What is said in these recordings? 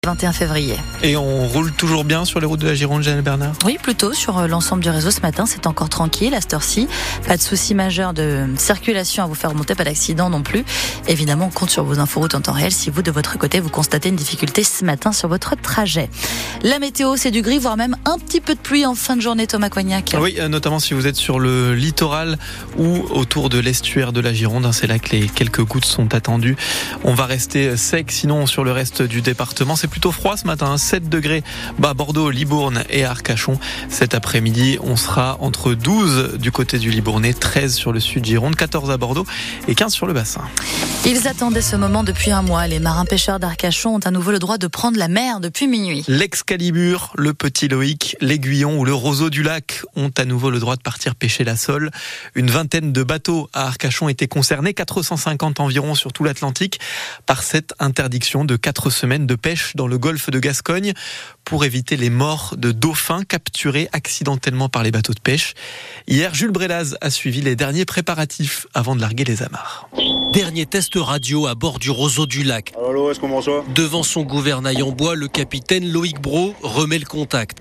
21 février. Et on roule toujours bien sur les routes de la Gironde, Jeanne Bernard ? Oui, plutôt sur l'ensemble du réseau ce matin, c'est encore tranquille à cette heure-ci. Pas de soucis majeurs de circulation à vous faire remonter, pas d'accident non plus. Évidemment, on compte sur vos inforoutes en temps réel si vous, de votre côté, vous constatez une difficulté ce matin sur votre trajet. La météo, c'est du gris, voire même un petit peu de pluie en fin de journée, Thomas Coignac. Oui, notamment si vous êtes sur le littoral ou autour de l'estuaire de la Gironde. C'est là que les quelques gouttes sont attendues. On va rester sec, sinon sur le reste du département, c'est plutôt froid ce matin, 7 degrés à Bordeaux, Libourne et Arcachon. Cet après-midi, on sera entre 12 du côté du Libournais, 13 sur le sud Gironde, 14 à Bordeaux et 15 sur le bassin. Ils attendaient ce moment depuis un mois. Les marins-pêcheurs d'Arcachon ont à nouveau le droit de prendre la mer depuis minuit. L'Excalibur, le Petit Loïc, l'Aiguillon ou le Roseau du Lac ont à nouveau le droit de partir pêcher la sole. Une vingtaine de bateaux à Arcachon étaient concernés, 450 environ sur tout l'Atlantique, par cette interdiction de 4 semaines de pêche dans le golfe de Gascogne pour éviter les morts de dauphins capturés accidentellement par les bateaux de pêche. Hier, Jules Brélaz a suivi les derniers préparatifs avant de larguer les amarres. Dernier test radio à bord du Roseau du Lac. Allô, est-ce qu'on me reçoit ? Devant son gouvernail en bois, le capitaine Loïc Brault remet le contact.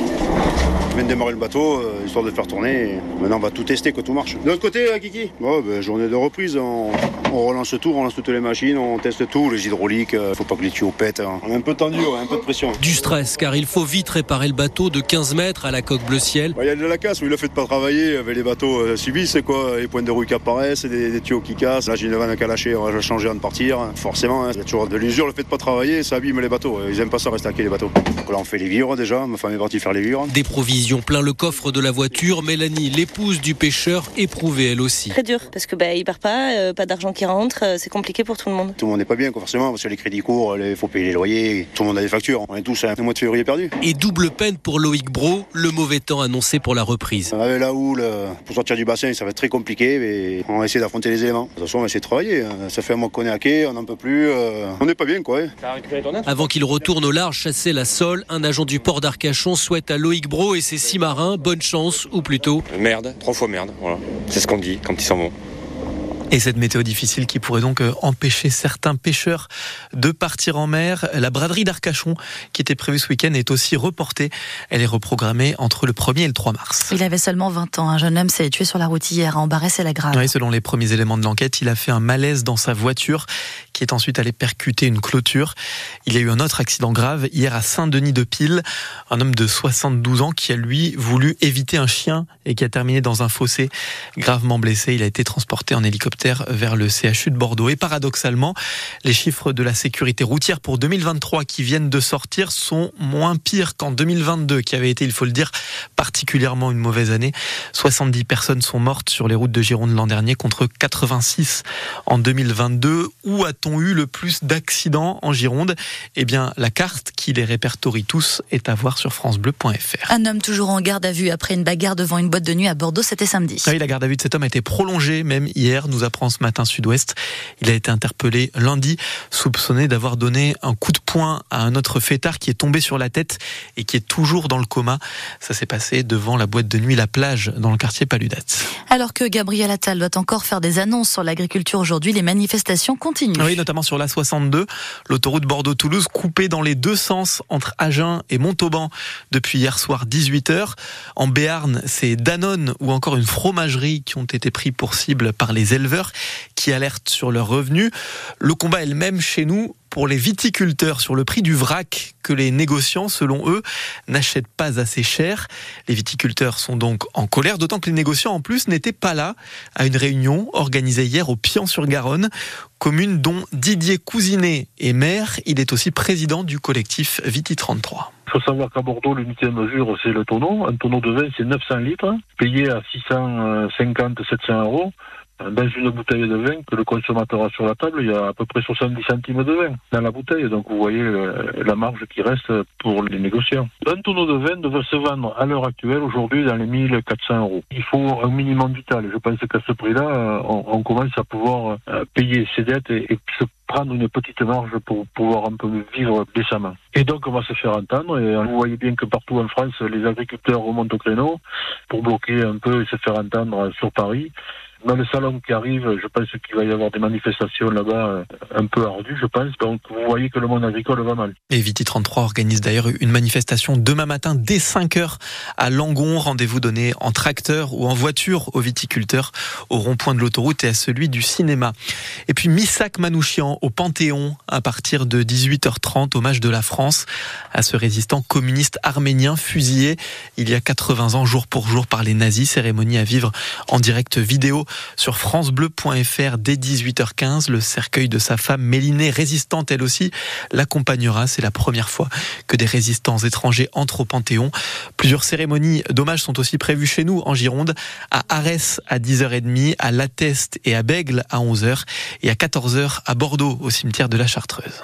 Je viens de démarrer le bateau, histoire de faire tourner. Maintenant, on va tout tester, que tout marche. De l'autre côté, Kiki ? Journée de reprise. On relance tout, on relance toutes les machines, on teste tout, les hydrauliques. Faut pas que les tuyaux pètent. On est un peu tendu, un peu de pression. Du stress, car il faut vite réparer le bateau de 15 mètres à la coque bleu ciel. Il y a de la casse, il a fait de pas travailler avec les bateaux subis, c'est quoi ? Les points de rouille qui apparaissent, des tuyaux qui cassent. Là, j'ai une vanne qui a lâché, on va la changer avant de partir. Forcément, il y a toujours de l'usure, le fait de pas travailler, ça abîme les bateaux. Ils aiment pas ça rester les bateaux. Donc là, on fait les vivres déjà. Ma femme est partie faire les vivres. Des provisions plein le coffre de la voiture. Mélanie, l'épouse du pêcheur, éprouvée elle aussi. Très dur, parce que il part pas d'argent qui rentre, c'est compliqué pour tout le monde. Tout le monde n'est pas bien, forcément, parce que les crédits courent, il faut payer les loyers, tout le monde a des factures. On est tous à un mois de février perdu. Et double peine pour Loïc Brault, le mauvais temps annoncé pour la reprise. Avec la houle, pour sortir du bassin, ça va être très compliqué, mais on va essayer d'affronter les éléments. De toute façon, on va essayer de travailler. Ça fait un mois qu'on est à quai, on n'en peut plus. On n'est pas bien, quoi. Avant qu'il retourne au large chasser la sole, un agent du port d'Arcachon souhaite à Loïc Brault et ses 6 marins bonne chance, ou plutôt... Merde, 3 fois merde, voilà. C'est ce qu'on dit quand ils s'en vont. Et cette météo difficile qui pourrait donc empêcher certains pêcheurs de partir en mer. La braderie d'Arcachon, qui était prévue ce week-end, est aussi reportée. Elle est reprogrammée entre le 1er et le 3 mars. Il avait seulement 20 ans. Un jeune homme s'est tué sur la route hier à Embarré-c'est-la-Grave. Oui, selon les premiers éléments de l'enquête, il a fait un malaise dans sa voiture qui est ensuite allé percuter une clôture. Il y a eu un autre accident grave hier à Saint-Denis-de-Pile. Un homme de 72 ans qui a, lui, voulu éviter un chien et qui a terminé dans un fossé gravement blessé. Il a été transporté en hélicoptère vers le CHU de Bordeaux. Et paradoxalement, les chiffres de la sécurité routière pour 2023 qui viennent de sortir sont moins pires qu'en 2022, qui avait été, il faut le dire, particulièrement une mauvaise année. 70 personnes sont mortes sur les routes de Gironde l'an dernier contre 86 en 2022. Où a-t-on eu le plus d'accidents en Gironde ? Eh bien, la carte qui les répertorie tous est à voir sur francebleu.fr. Un homme toujours en garde à vue après une bagarre devant une boîte de nuit à Bordeaux, c'était samedi. Oui, la garde à vue de cet homme a été prolongée même hier, nous apprend ce matin Sud-Ouest. Il a été interpellé lundi, soupçonné d'avoir donné un coup de poing à un autre fêtard qui est tombé sur la tête et qui est toujours dans le coma. Ça s'est passé devant la boîte de nuit La Plage, dans le quartier Paludat. Alors que Gabriel Attal doit encore faire des annonces sur l'agriculture aujourd'hui, les manifestations continuent. Oui, notamment sur l'A62, l'autoroute Bordeaux-Toulouse, coupée dans les deux sens entre Agen et Montauban depuis hier soir 18h. En Béarn, c'est Danone ou encore une fromagerie qui ont été pris pour cible par les éleveurs qui alertent sur leurs revenus. Le combat est le même chez nous pour les viticulteurs sur le prix du vrac que les négociants, selon eux, n'achètent pas assez cher. Les viticulteurs sont donc en colère, d'autant que les négociants, en plus, n'étaient pas là à une réunion organisée hier au Pian-sur-Garonne, commune dont Didier Cousinet est maire. Il est aussi président du collectif Viti 33. Il faut savoir qu'à Bordeaux, l'unité de mesure, c'est le tonneau. Un tonneau de vin, c'est 900 litres, payé à 650-700 euros. Dans une bouteille de vin que le consommateur a sur la table, il y a à peu près 70 centimes de vin dans la bouteille. Donc vous voyez la marge qui reste pour les négociants. Un tonneau de vin devrait se vendre à l'heure actuelle, aujourd'hui, dans les 1400 euros. Il faut un minimum vital. Je pense qu'à ce prix-là, on commence à pouvoir payer ses dettes et se prendre une petite marge pour pouvoir un peu vivre décemment. Et donc on va se faire entendre, et vous voyez bien que partout en France, les agriculteurs remontent au créneau pour bloquer un peu et se faire entendre sur Paris. Dans le salon qui arrive, je pense qu'il va y avoir des manifestations là-bas un peu ardues, je pense. Donc vous voyez que le monde agricole va mal. Et Viti 33 organise d'ailleurs une manifestation demain matin dès 5h à Langon. Rendez-vous donné en tracteur ou en voiture aux viticulteurs au rond-point de l'autoroute et à celui du cinéma. Et puis Missak Manouchian au Panthéon à partir de 18h30, hommage de la France à ce résistant communiste arménien fusillé il y a 80 ans jour pour jour par les nazis. Cérémonie à vivre en direct vidéo sur francebleu.fr dès 18h15. Le cercueil de sa femme Mélinée, résistante elle aussi, l'accompagnera. C'est la première fois que des résistants étrangers entrent au Panthéon. Plusieurs cérémonies d'hommage sont aussi prévues chez nous en Gironde, à Arès à 10h30, à Lateste et à Bègle à 11h et à 14h à Bordeaux au cimetière de la Chartreuse.